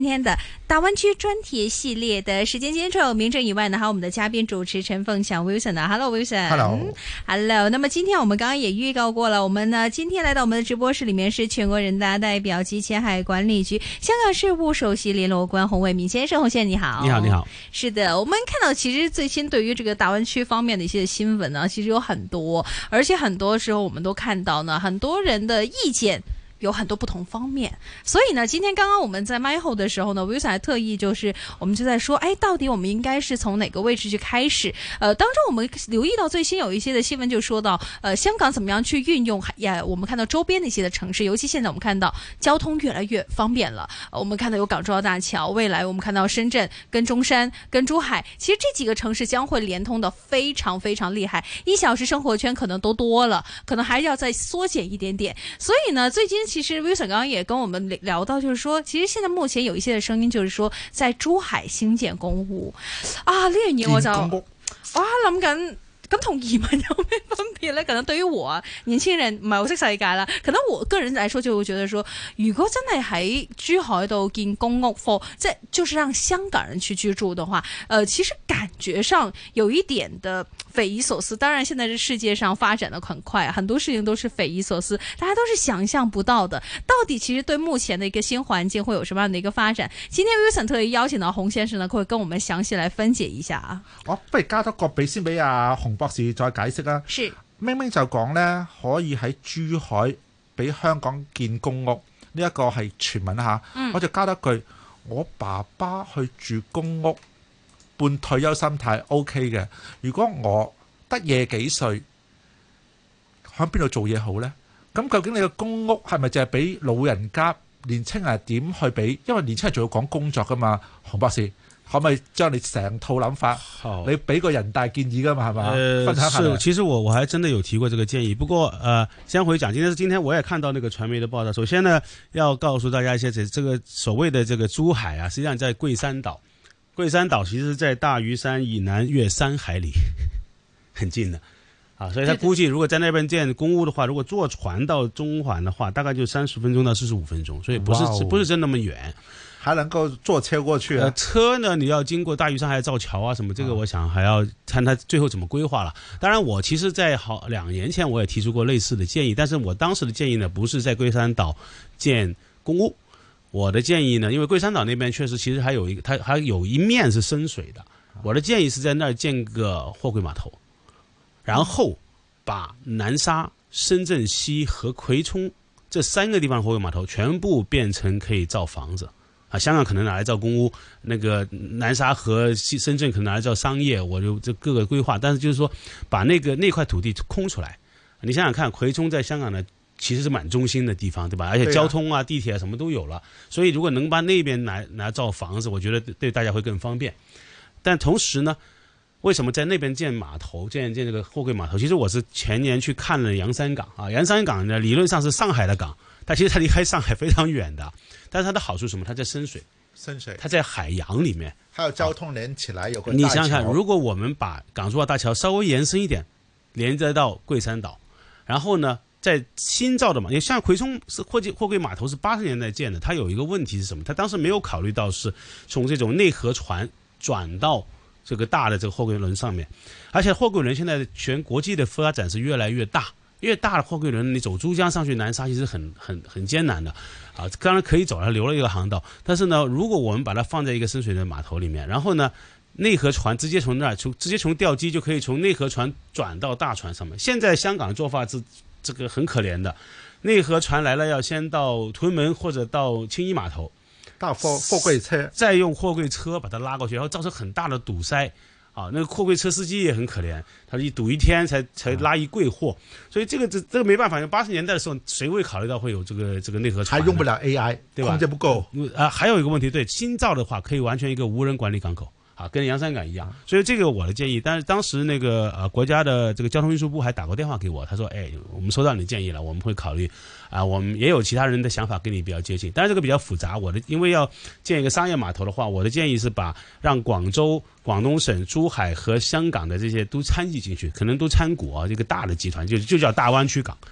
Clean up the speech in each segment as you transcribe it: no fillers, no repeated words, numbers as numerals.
今天的大湾区专题系列的时间间轴，名正以外呢，还有我们的嘉宾主持陈凤翔 Wilson 的 Hello Wilson。Hello。那么今天我们刚刚也预告过了，我们呢今天来到我们的直播室里面是全国人大代表及前海管理局香港事务首席联络官洪为民先生，洪先生你好。 你好，你好。 是的，我们看到其实最新对于这个大湾区方面的一些新闻呢，其实有很多，而且很多时候我们都看到呢，很多人的意见有很多不同方面，所以呢，今天刚刚我们在麦后的时候呢 ，Wilson 还特意我们就在说，到底我们应该是从哪个位置去开始？当中我们留意到最新有一些的新闻就说到，香港怎么样去运用，我们看到周边的一些的城市，尤其现在我们看到交通越来越方便了，我们看到有港珠澳大桥，未来我们看到深圳跟中山跟珠海，其实这几个城市将会连通的非常非常厉害，1小时生活圈可能都多了，可能还要再缩减一点点，所以呢，最近其实 Wilson 刚刚也跟我们聊到，就是说，其实現在目前有一些的聲音，就是說，在珠海興建公屋啊，呢樣嘢我就諗緊。咁同移民有咩分別呢？可能對於我年輕人唔係好識世界啦，可能我個人來說就會覺得說，如果真係喺珠海度建公屋就是讓香港人去居住的話，其實感覺上有一點的匪夷所思。當然，現在這世界上發展得很快，很多事情都是匪夷所思，大家都是想象不到的。到底其實對目前的一個新環境會有什麼樣的一個發展？今天 Wilson 特意邀請到洪先生呢，會跟我們詳細來分解一下啊。 不如加多個俾先俾阿洪博士再解釋啦。 是明明就講呢，可以喺珠海俾香港建公屋，呢一個係傳聞下。我就加多句，我爸爸去住公屋，半退休心態 OK 嘅。如果我得廿幾歲，喺邊度做嘢好呢？咁究竟你個公屋係咪淨係俾老人家？年青人點去俾？因為年青人仲要講工作噶嘛。洪博士可唔可以將你成套諗法，你俾個人大建議噶嘛？係嘛？分享下。 是，其實我還真的有提過這個建議。不過先回講，今天我也看到那個傳媒的報道。首先呢，要告訴大家一些，這個所謂的這個珠海啊，實際上在桂山島。桂山島其實在大嶼山以南約3海里，很近的。所以他估計如果在那邊建公屋的話，如果坐船到中環的話，大概就30分鐘到45分鐘，所以不是真那麼遠， 還能夠坐車過去啊。 車呢，你要經過大嶼山還要造橋啊什麼，這個我想還要看他最後怎麼規劃了。當然我其實在2年前我也提出過類似的建議，但是我當時的建議呢，不是在桂山島建公屋，我的建議呢，因為桂山島那邊確實其實它還有一面是深水的，我的建議是在那兒建個貨櫃碼頭，然後把南沙、深圳西和葵涌這3個地方的貨櫃碼頭全部變成可以造房子啊！香港可能拿來造公屋，那個南沙和深圳可能拿來造商業，我就這各個規劃。但是就是說，把那塊土地空出來，你想想看，葵涌在香港呢其實是蠻中心的地方，對吧？而且交通啊、地鐵啊什麼都有了，所以如果能把那邊拿造房子，我覺得對大家會更方便。但同時呢，為什麼在那邊建碼頭，建這個貨櫃碼頭？其實我是前年去看了洋山港啊。洋山港呢，理論上是上海的港，但其實它離開上海非常遠的。但是它的好處是什麼？它在深水，它在海洋裏面， 還有交通連起來有個大橋。 你想想看，如果我們把港珠澳大橋稍微延伸一點，連接到桂山島，然後呢，在新造的嘛，因為像葵涌是貨櫃碼頭是80年代建的，它有一個問題是什麼？它當時沒有考慮到是從這種內河船轉到這個大的這個貨櫃輪上面，而且貨櫃輪現在全國際的發展是越來越大，越大的貨櫃輪你走珠江上去南沙其實很艱難的啊，當然可以走，它留了一個航道，但是呢，如果我們把它放在一個深水的碼頭裡面，然後呢，內河船直接從那兒直接從吊機就可以從內河船轉到大船上面。現在香港的做法是這個很可憐的，內河船來了要先到屯門或者到青衣碼頭。 大貨櫃車， 再用貨櫃車把它拉過去，然後造成很大的堵塞啊！那個貨櫃車司機也很可憐，他一堵一天才拉一櫃貨，所以這個沒辦法。80年代的時候，誰會考慮到會有這個內河船？ 還用不了 AI， 對吧？ 空間不夠啊！還有一個問題，對新造的話，可以完全一個無人管理港口。啊，跟洋山港一樣，所以這個我的建議。但是當時那個國家的這個交通運輸部還打過電話給我，他說：“哎，我們收到你的建議了，我們會考慮。我們也有其他人的想法跟你比較接近，但是這個比較複雜。因為要建一個商業碼頭的話，我的建議是讓廣州、廣東省、珠海和香港的這些都參與進去，可能都參股啊，這個大的集團就叫大灣區港。”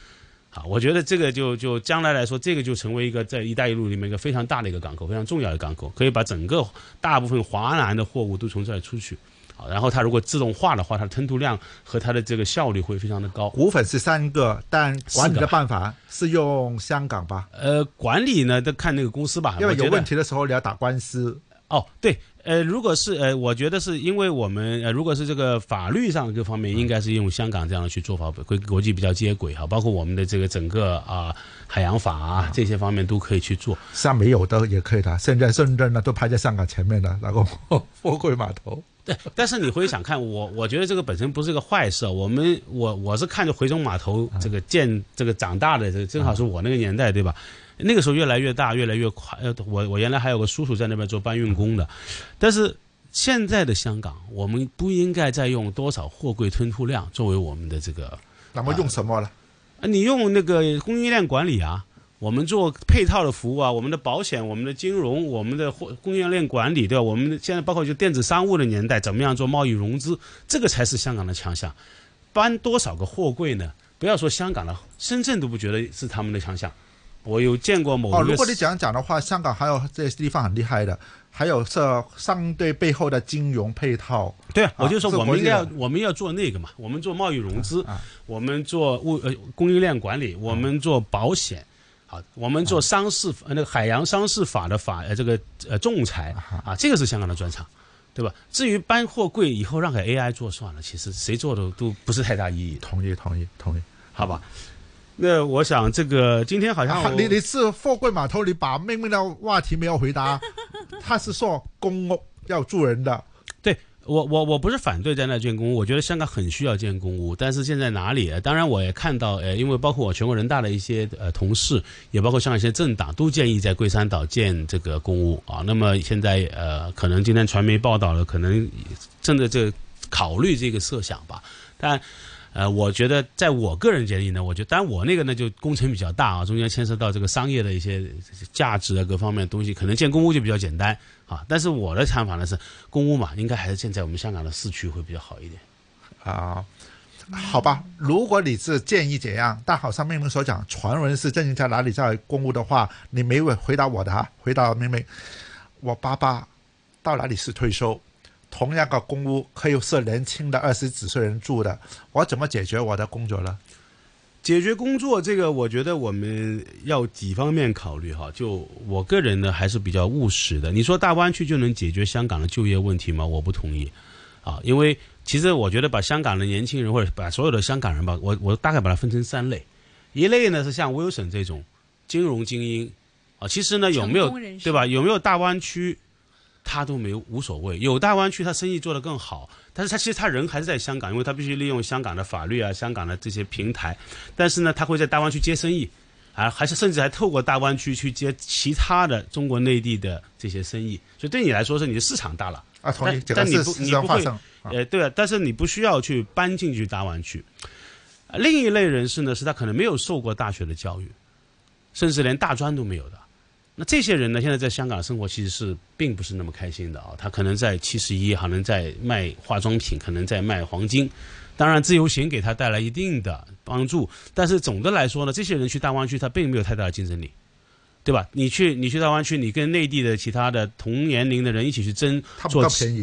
好，我觉得这个就将来来说，这个就成为一个在“一带一路”里面一个非常大的一个港口，非常重要的港口，可以把整个大部分华南的货物都从这儿出去。好，然后它如果自动化的话，它的吞吐量和它的这个效率会非常的高。 股份是3个，但管理的办法是用香港吧？ 管理呢，都看那个公司吧， 因为有问题的时候你要打官司。 哦，对，如果是我觉得是因为我们如果是这个法律上各方面，应该是用香港这样的去做法，跟国际比较接轨哈，包括我们的这个整个海洋法啊这些方面都可以去做。 像没有的也可以的，现在深圳呢都排在香港前面的那个货柜码头。 对，但是你回想看，我觉得这个本身不是个坏事。我是看着回中码头这个这个长大的，这个正好是我那个年代，对吧？那个时候越来越大，越来越快。我原来还有个叔叔在那边做搬运工的，但是现在的香港，我们不应该再用多少货柜吞吐量作为我们的这个。 那么用什么呢？ 你用那个供应链管理啊，我们做配套的服务啊，我们的保险、我们的金融、我们的供应链管理，对吧？我们现在包括就电子商务的年代，怎么样做贸易融资，这个才是香港的强项。搬多少个货柜呢？不要说香港了，深圳都不觉得是他们的强项。我有见过某一个如果你讲的话，香港还有这些地方很厉害的，还有这相对背后的金融配套。 对啊，我就说我们要做那个嘛，我们做贸易融资，我们做供应链管理，我们做保险，好，我们做商事那个海洋商事法的这个仲裁啊，这个是香港的专长，对吧？至于搬货柜以后让给 AI 做算了，其实谁做的都不是太大意义。 同意， 好吧。那我想这个今天好像你是货柜码头，你把明明的话题没有回答。他是说公屋要住人的。 对，我不是反对在那建公屋，我觉得香港很需要建公屋，但是现在哪里？当然我也看到因为包括我全国人大的一些同事，也包括像一些政党都建议在桂山岛建这个公屋啊。那么现在可能今天传媒报道了，可能正在这考虑这个设想吧，但。我觉得在我个人建议呢，我觉得当然我那个呢就工程比较大啊，中间牵涉到这个商业的一些价值啊各方面的东西，可能建公屋就比较简单啊。但是我的看法呢是，公屋嘛，应该还是建在我们香港的市区会比较好一点啊。好吧，如果你是建议怎样，但好像明明所讲，传闻是正在哪里在公屋的话，你没回答我的哈，回答明明，我爸爸到哪里是退休？同样个公屋可以是年轻的20几岁人住的，我怎么解决我的工作呢？ 解决工作这个，我觉得我们要几方面考虑哈。就我个人呢，还是比较务实的。你说大湾区就能解决香港的就业问题吗？我不同意啊，因为其实我觉得把香港的年轻人或者把所有的香港人吧，我大概把它分成3类。一类呢是像Wilson这种金融精英啊，其实呢有没有对吧？有没有大湾区？他都没有无所谓，有大湾区他生意做得更好，但是他其实他人还是在香港，因为他必须利用香港的法律啊、香港的这些平台，但是呢他会在大湾区接生意啊，还是甚至还透过大湾区去接其他的中国内地的这些生意，所以对你来说是你的市场大了啊，同意， 但你不会对啊，但是你不需要去搬进去大湾区。另一类人士呢是他可能没有受过大学的教育，甚至连大专都没有的。那这些人呢，现在在香港生活其实是并不是那么开心的啊。他可能在71，可能在卖化妆品，可能在卖黄金。当然，自由行给他带来一定的帮助，但是总的来说呢，这些人去大湾区，他并没有太大的竞争力，对吧？你去大湾区，你跟内地的其他的同年龄的人一起去争，做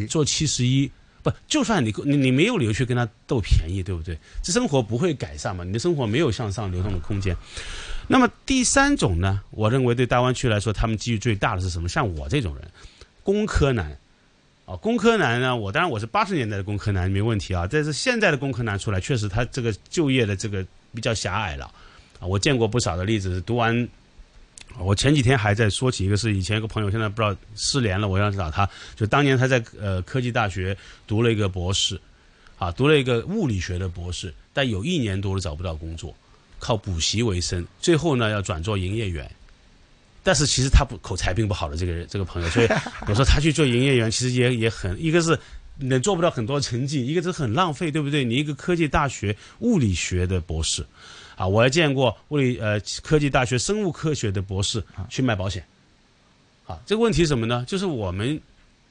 71，不，就算你没有理由去跟他斗便宜，对不对？这生活不会改善嘛，你的生活没有向上流动的空间。那么第3种呢，我认为对大湾区来说，他们机遇最大的是什么？像我这种人，工科男啊，工科男呢，当然我是80年代的工科男没问题啊，但是现在的工科男出来，确实他这个就业的这个比较狭隘了啊。我见过不少的例子，读完，我前几天还在说起一个是以前一个朋友，现在不知道失联了，我要找他，就当年他在科技大学读了一个博士啊，读了一个物理学的博士，但有1年多都找不到工作。靠补习为生，最后呢要转做营业员，但是其实他口才并不好的这个朋友，所以我说他去做营业员，其实也很，一个是能做不到很多成绩，一个是很浪费，对不对？你一个科技大学物理学的博士啊，我还见过科技大学生物科学的博士去卖保险啊，这个问题是什么呢？就是我们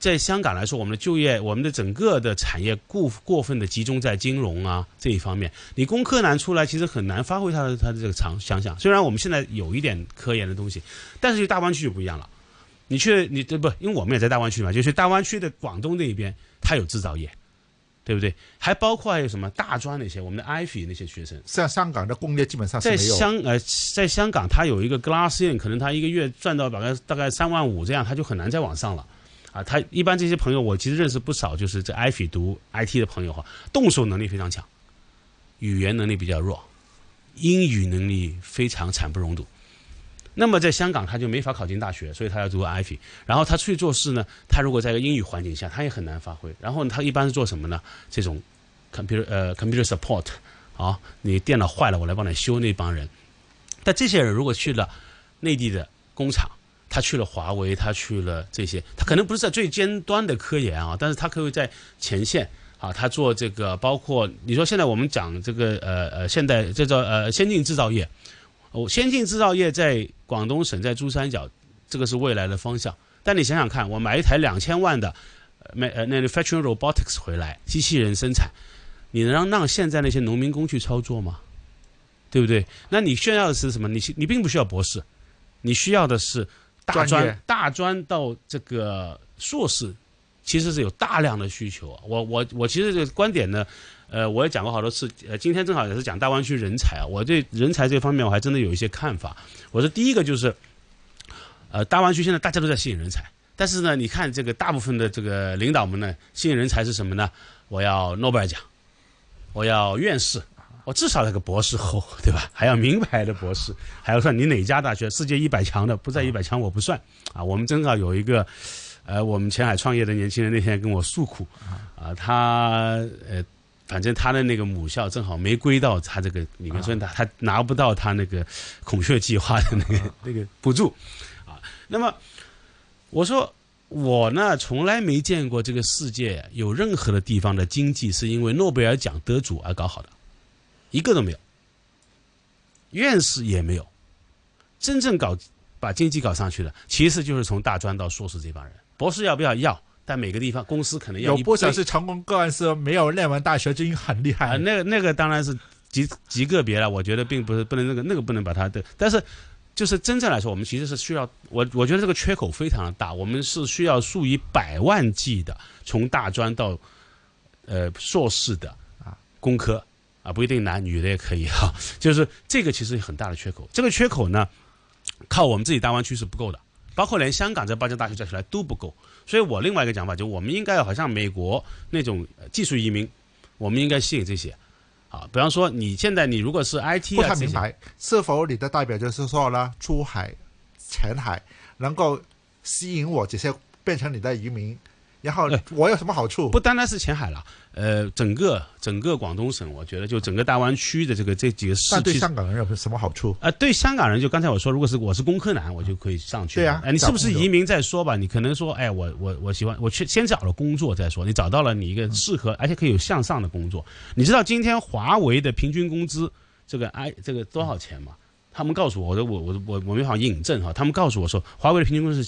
在香港来说，我们的就业，我们的整个的产业过分的集中在金融啊这一方面，你工科男出来其实很难发挥他的这个想象。虽然我们现在有一点科研的东西，但是去大湾区就不一样了。你不，因为我们也在大湾区嘛，就去大湾区的广东那一边，它有制造业。对不对？还包括还有什么大专那些，我们的 IFE 那些学生， 像香港的工业基本上是没有。 在香港，他有一个 Glassine， 可能他一个月赚到大概3万5这样，他就很难再往上了。啊，他一般这些朋友，我其实认识不少，就是在 IFE 读 IT 的朋友哈，动手能力非常强，语言能力比较弱，英语能力非常惨不忍睹。那么在香港他就没法考进大学，所以他要读 IFE。然后他出去做事呢，他如果在一个英语环境下，他也很难发挥。然后他一般是做什么呢？这种 computer support 啊，你电脑坏了，我来帮你修那帮人。但这些人如果去了内地的工厂，他去了华为，他去了这些，他可能不是在最尖端的科研啊，但是他可以在前线啊，他做这个，包括你说现在我们讲这个现代这叫先进制造业。先进制造业在广东省，在珠三角，这个是未来的方向。但你想想看，我买一台2000万的manufacturing robotics 回来，机器人生产，你能让现在那些农民工去操作吗？对不对？那你需要的是什么？你并不需要博士，你需要的是大专到这个硕士，其实是有大量的需求啊。我其实这个观点呢。我也讲过好多次，今天正好也是讲大湾区人才啊。我对人才这方面我还真的有一些看法。我说第一个就是，大湾区现在大家都在吸引人才，但是呢，你看这个大部分的这个领导们呢，吸引人才是什么呢？我要诺贝尔奖，我要院士，我至少要个博士后，对吧？还要名牌的博士，还要算你哪家大学世界100强的，不在100强我不算啊。我们正好有一个，我们前海创业的年轻人那天跟我诉苦啊，他反正他的那个母校正好没归到他这个里面，所以他拿不到他那个孔雀计划的那个补助啊。那么我说我呢从来没见过这个世界有任何的地方的经济是因为诺贝尔奖得主而搞好的，一个都没有，院士也没有，真正把经济搞上去的，其实就是从大专到硕士这帮人，博士要不要？但每个地方公司可能要有不少是成功个案，是没有念完大学就已经很厉害那个当然是极个别了，我觉得并不是不能那个不能把它的，但是就是真正来说，我们其实是需要我觉得这个缺口非常的大，我们是需要数以百万计的从大专到硕士的工科啊，不一定男女的也可以哈，就是这个其实很大的缺口，这个缺口呢靠我们自己大湾区是不够的。包括连香港这8家大学加起来都不够，所以我另外一个讲法就是，我们应该好像美国那种技术移民，我们应该吸引这些啊。比方说，你现在如果是 IT 不太明白，是否你的代表就是说呢，出海、前海能够吸引我这些变成你的移民，然后我有什么好处？ 不单单是前海了，整个广东省，我觉得就整个大湾区的这几个市， 但对香港人有什么好处？ 对香港人，就刚才我说，如果我是工科男，我就可以上去。 对啊， 你是不是移民再说吧？你可能说，哎，我喜欢，我先找了工作再说。你找到了你一个适合而且可以有向上的工作，你知道今天华为的平均工资这个多少钱吗？他们告诉我，我没法引证哈，他们告诉我说，华为的平均工资是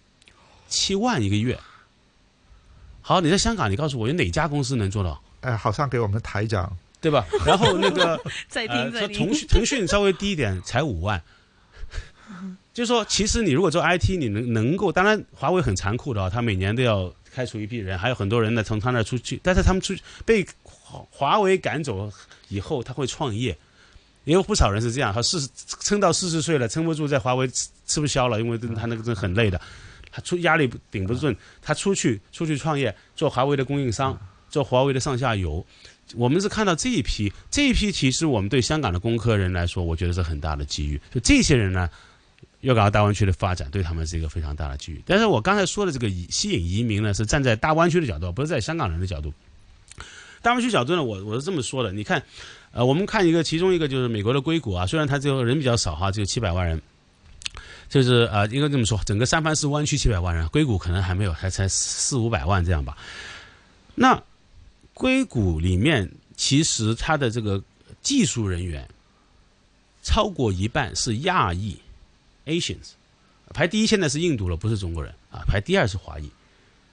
7万一个月。好，你在香港，你告诉我有哪家公司能做到？ 好像给我们台长， 对吧？然后那个在听腾讯稍微低一点，才5万。就是说，其实你如果做 IT， 你能够，当然华为很残酷的啊，他每年都要开除一批人，还有很多人呢从他那出去，但是他们被华为赶走以后，他会创业。也有不少人是这样，他撑到40岁了，撑不住，在华为吃不消了，因为他那个真很累的。他压力顶不顺，他出去创业，做华为的供应商，做华为的上下游。我们是看到这一批，其实我们对香港的工科人来说，我觉得是很大的机遇。就这些人呢，粤港澳大湾区的发展对他们是一个非常大的机遇。但是我刚才说的这个吸引移民呢，是站在大湾区的角度，不是在香港人的角度。大湾区角度呢，我是这么说的。你看，我们看其中一个就是美国的硅谷啊，虽然它这个人比较少哈，只有700万人。就是应该这么说，整个三藩市湾区700万人，硅谷可能还没有，才400-500万这样吧。那硅谷里面其实它的这个技术人员超过一半是亚裔 Asians， 排第一现在是印度了，不是中国人啊，排第二是华裔。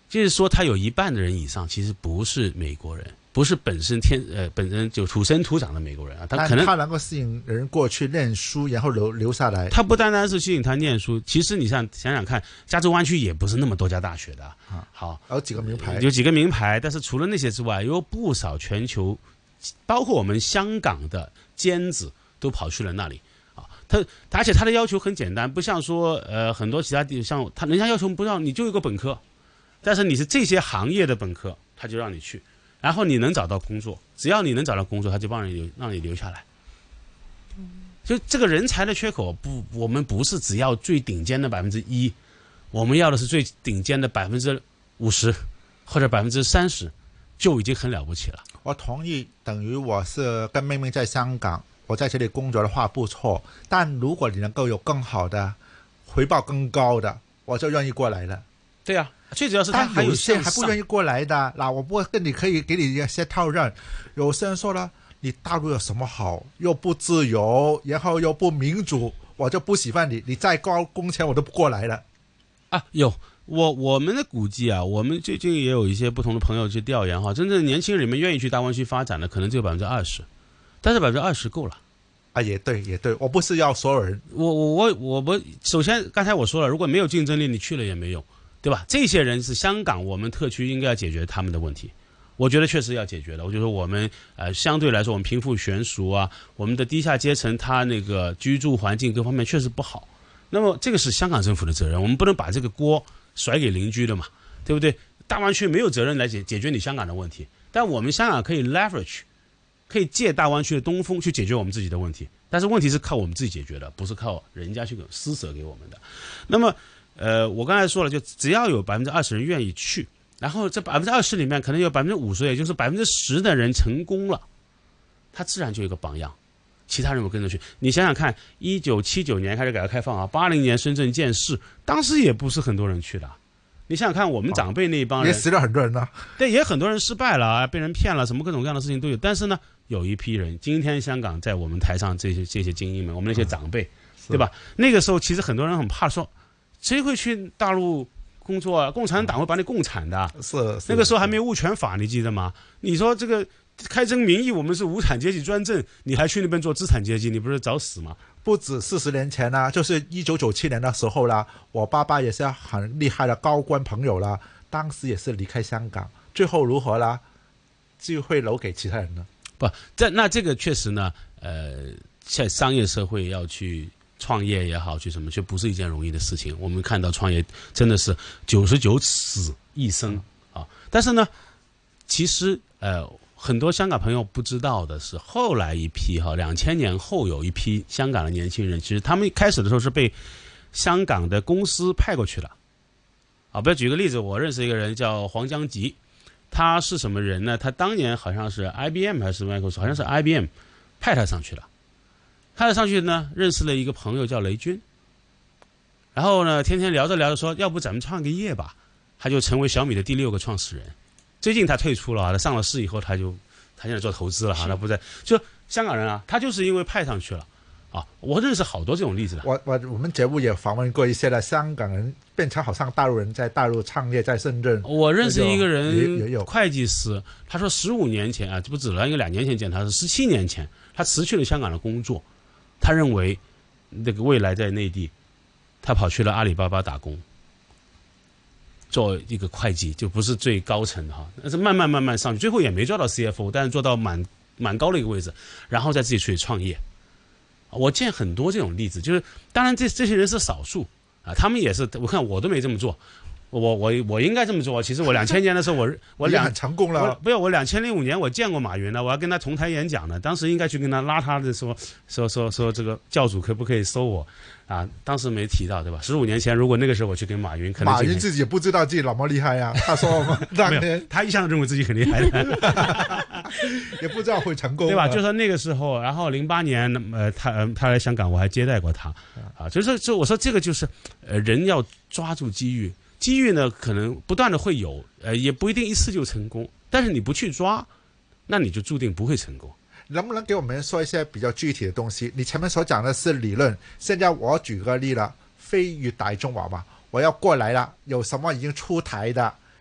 就是说他有一半的人以上其实不是美国人，不是本身就土生土长的美国人啊，他可能他能够吸引人过去念书，然后留下来。 他不单单是吸引他念书，其实你想想看，加州湾区也不是那么多家大学的。好， 有几个名牌， 有几个名牌，但是除了那些之外，有不少全球，包括我们香港的尖子都跑去了那里啊。而且他的要求很简单，不像说很多其他地像他人家要求不让你就有个本科，但是你是这些行业的本科，他就让你去。然后你能找到工作，只要你能找到工作，他就让你留下来。就这个人才的缺口，我们不是只要最顶尖的1%，我们要的是最顶尖的50%或者30%，就已经很了不起了。 我同意，等于我是跟妹妹在香港，我在这里工作的话不错，但如果你能够有更好的回报更高的，我就愿意过来了。 对啊，最主要是他还有些还不愿意过来的。那我不跟你可以给你一些套认。有些人说了，你大陆有什么好？又不自由，然后又不民主，我就不喜欢你。你再高工钱我都不过来了。 啊，有我们的估计啊，我们最近也有一些不同的朋友去调研哈，真正年轻人里面愿意去大湾区发展的，可能只有20%，但是20%够了。 啊，也对，我不是要所有人。 我首先刚才我说了，如果没有竞争力，你去了也没用。对吧？这些人是香港我们特区应该要解决他们的问题，我觉得确实要解决的。我就说我们相对来说我们贫富悬殊啊，我们的低下阶层他那个居住环境各方面确实不好。那么这个是香港政府的责任，我们不能把这个锅甩给邻居的嘛，对不对？大湾区没有责任来解决你香港的问题，但我们香港可以 leverage， 可以借大湾区的东风去解决我们自己的问题。但是问题是靠我们自己解决的，不是靠人家去施舍给我们的。那么我刚才说了，就只要有20%人愿意去，然后这20%里面可能有50%，也就是10%的人成功了，他自然就有一个榜样，其他人会跟着去。你想想看，1979年开始改革开放啊，80年深圳建市，当时也不是很多人去的。你想想看，我们长辈那一帮人， 也死了很多人呢。 对，也很多人失败了啊，被人骗了，什么各种各样的事情都有。但是呢，有一批人，今天香港在我们台上这些精英们，我们那些长辈，对吧？那个时候其实很多人很怕说，谁会去大陆工作啊？共产党会把你共产的。 是那个时候还没有物权法，你记得吗？你说这个开征名义，我们是无产阶级专政，你还去那边做资产阶级，你不是找死吗？ 不止40年前啦，就是1997年的时候啦，我爸爸也是很厉害的高官朋友啦，当时也是离开香港，最后如何啦？就会留给其他人了。 不，这个确实呢，在商业社会要去创业也好，去什么，就不是一件容易的事情。我们看到创业真的是99死一生啊！但是呢，其实很多香港朋友不知道的是，后来一批2000年后有一批香港的年轻人，其实他们开始的时候是被香港的公司派过去的。啊，不要举个例子，我认识一个人叫黄江吉，他是什么人呢？他当年好像是 IBM 还是 Microsoft， 好像是 IBM 派他上去了。派他上去呢，认识了一个朋友叫雷军，然后呢，天天聊着聊着说，要不咱们创个业吧，他就成为小米的第6个创始人。最近他退出了，他上了市以后，他现在做投资了，他不在。就香港人啊，他就是因为派上去了啊。我认识好多这种例子的。 我们节目也访问过一些的香港人，变成好像大陆人在大陆创业，在深圳。 我认识一个人，也有会计师，他说15年前啊，这不止了，应该2年前见他，是17年前，他辞去了香港的工作，他认为那个未来在内地，他跑去了阿里巴巴打工。做一个会计，就不是最高层哈，但是慢慢上去，最后也没做到 CFO， 但是做到蛮高的一个位置，然后再自己出去创业。我见很多这种例子，就是当然这些人是少数啊，他们也是，我看我都没这么做，我应该这么做。其实我2000年的时候，我很成功了。 不要，我2005年我见过马云了，我要跟他同台演讲呢，当时应该去跟他拉他的说这个教主可不可以收我。啊，当时没提到，对吧？15年前，如果那个时候我去跟马云，可能马云自己也不知道自己那么厉害呀。他说我们当年他一向认为自己很厉害的， 也不知道会成功， 对吧？就说那个时候，然后08年，他来香港，我还接待过他，啊，就我说这个就是人要抓住机遇，机遇呢可能不断的会有，也不一定一次就成功，但是你不去抓，那你就注定不会成功。 能不能给我们说一些比较具体的东西？你前面所讲的是理论，现在我举个例了，飞越大中华嘛，我要过来了，有什么已经出台的，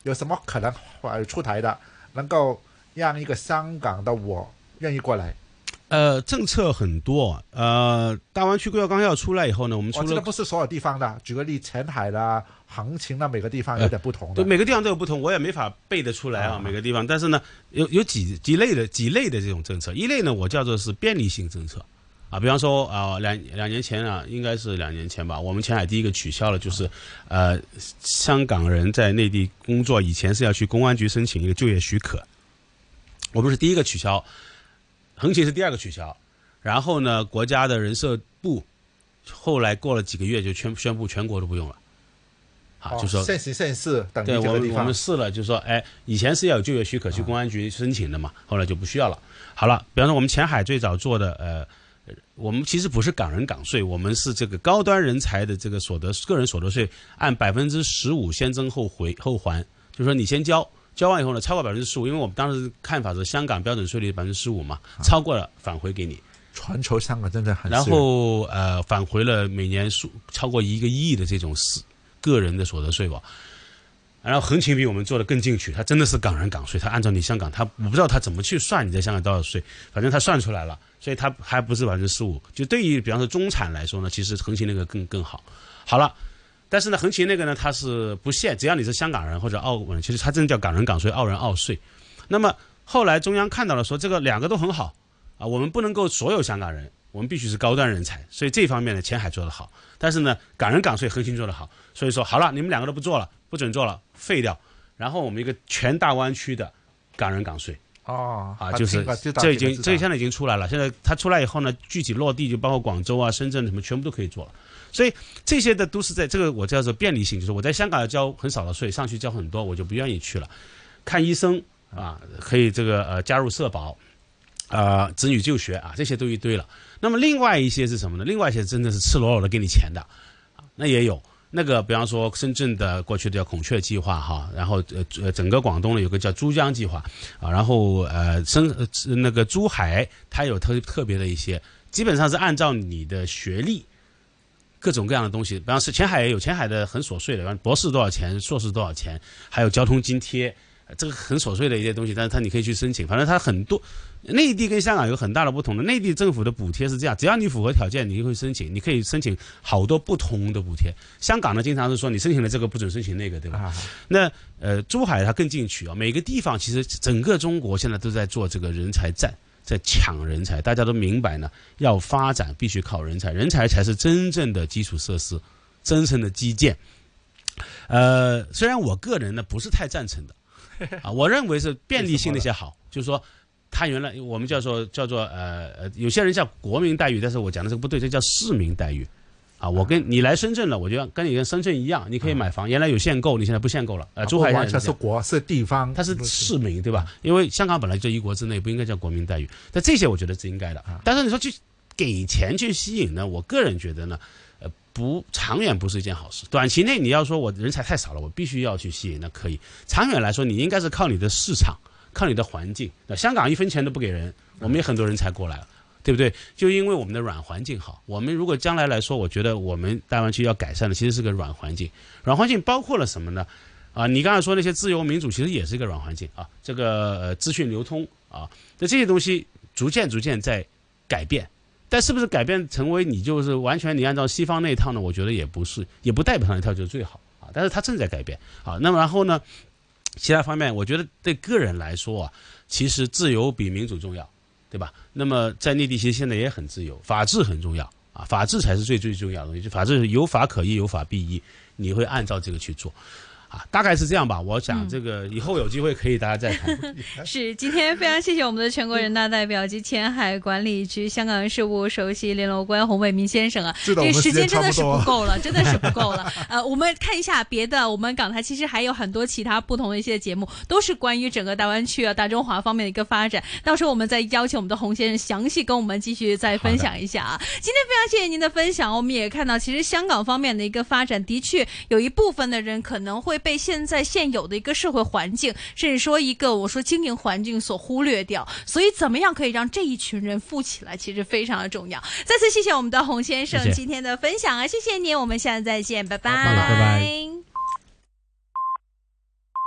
有什么可能出台的，能够让一个香港的我愿意过来？ 政策很多，大湾区规划纲要出来以后呢，我们除了这个不是所有地方的，举个例，前海啦、横琴啦，每个地方有点不同的。 对，每个地方都有不同，我也没法背得出来啊，每个地方。但是呢，有几类的这种政策，一类呢，我叫做是便利性政策。啊，比方说两年前啊，应该是2年前吧，我们前海第一个取消了，就是香港人在内地工作以前是要去公安局申请一个就业许可，我们是第一个取消，横琴是第二个取消，然后呢，国家的人社部后来过了几个月就宣布全国都不用了。就说现行现市等于对， 这个地方我们试了，就是说，以前是要有就业许可去公安局申请的嘛，后来就不需要了。好了，比方说我们前海最早做的我们其实不是港人港税，我们是这个高端人才的这个个人所得税按15%先征后还，就是说你先交完以后呢，超过15%，因为我们当时看法是香港标准税率15%嘛，超过了返回给你。 全球香港真的很。 然后返回了每年超过1个亿的这种个人的所得税吧。然后横琴比我们做的更进取，它真的是港人港税，它按照你香港，我不知道它怎么去算你在香港多少税，反正它算出来了，所以它还不是15%。就对于比方说中产来说呢，其实横琴那个更好。好了，但是呢，横琴那个呢，它是不限，只要你是香港人或者澳门人，其实它真的叫港人港税，澳人澳税。那么后来中央看到了说，这个两个都很好啊，我们不能够所有香港人，我们必须是高端人才，所以这方面呢，前海做得好，但是呢，港人港税横琴做得好，所以说好了，你们两个都不做了，不准做了，废掉，然后我们一个全大湾区的港人港税。就是这现在已经出来了。现在它出来以后呢，具体落地就包括广州啊、深圳什么，全部都可以做了。所以这些的都是在这个我叫做便利性，就是我在香港要交很少的税，上去交很多，我就不愿意去了。看医生啊，可以这个加入社保，子女就学啊，这些都一堆了。那么另外一些是什么呢？另外一些真的是赤裸裸的给你钱的，那也有。那个比方说深圳的过去的叫孔雀计划哈，然后整个广东呢有个叫珠江计划啊，然后那个珠海它有特别的一些，基本上是按照你的学历各种各样的东西，比方说前海也有，前海的很琐碎的，博士多少钱，硕士多少钱，还有交通津贴，这个很琐碎的一些东西，但是你可以去申请，反正它很多。内地跟香港有很大的不同的，内地政府的补贴是这样，只要你符合条件，你就会申请，你可以申请好多不同的补贴。香港呢，经常是说你申请了这个不准申请那个，对吧？那珠海它更进取啊，每个地方其实整个中国现在都在做这个人才战，在抢人才，大家都明白呢，要发展必须靠人才，人才才是真正的基础设施，真正的基建。虽然我个人呢不是太赞成的啊，我认为是便利性那些好，就是说。他原来我们叫做有些人叫国民待遇，但是我讲的这个不对，这叫市民待遇，啊，我跟你来深圳了，我就跟你跟深圳一样，你可以买房，原来有限购，你现在不限购了，珠海完全是是地方， 它是市民对吧？因为香港本来就一国之内，不应该叫国民待遇，但这些我觉得是应该的。但是你说去给钱去吸引呢，我个人觉得呢，长远不是一件好事。短期内你要说我人才太少了，我必须要去吸引，那可以。长远来说，你应该是靠你的市场。靠你的环境，那香港1分钱都不给人，我们也很多人才过来了，对不对？就因为我们的软环境好，我们如果将来来说，我觉得我们大湾区要改善的其实是个软环境。软环境包括了什么呢？你刚才说那些自由民主，其实也是一个软环境啊。这个资讯流通啊，那这些东西逐渐在改变，但是不是改变成为你就是完全你按照西方那一套呢？我觉得也不是，也不代表那一套就是最好啊。但是它正在改变啊。那么然后呢？其他方面，我觉得对个人来说啊，其实自由比民主重要，对吧？那么在内地其实现在也很自由，法治很重要啊，法治才是最重要的东西。就法治有法可依，有法必依，你会按照这个去做。大概是这样吧，我想这个以后有机会可以大家再谈。 是，今天非常谢谢我们的全国人大代表及前海管理局香港人事务首席联络官洪伟民先生啊，这个时间真的是不够了，真的是不够了。我们看一下别的，我们港台其实还有很多其他不同的一些节目，都是关于整个大湾区啊、大中华方面的一个发展。到时候我们再邀请我们的洪先生详细跟我们继续再分享一下啊。今天非常谢谢您的分享，我们也看到其实香港方面的一个发展，的确有一部分的人可能会被现有的一个社会环境，甚至说一个我说经营环境所忽略掉，所以怎么样可以让这一群人富起来，其实非常的重要。再次谢谢我们的洪先生今天的分享啊，谢谢你，我们下次再见，拜拜。 拜拜。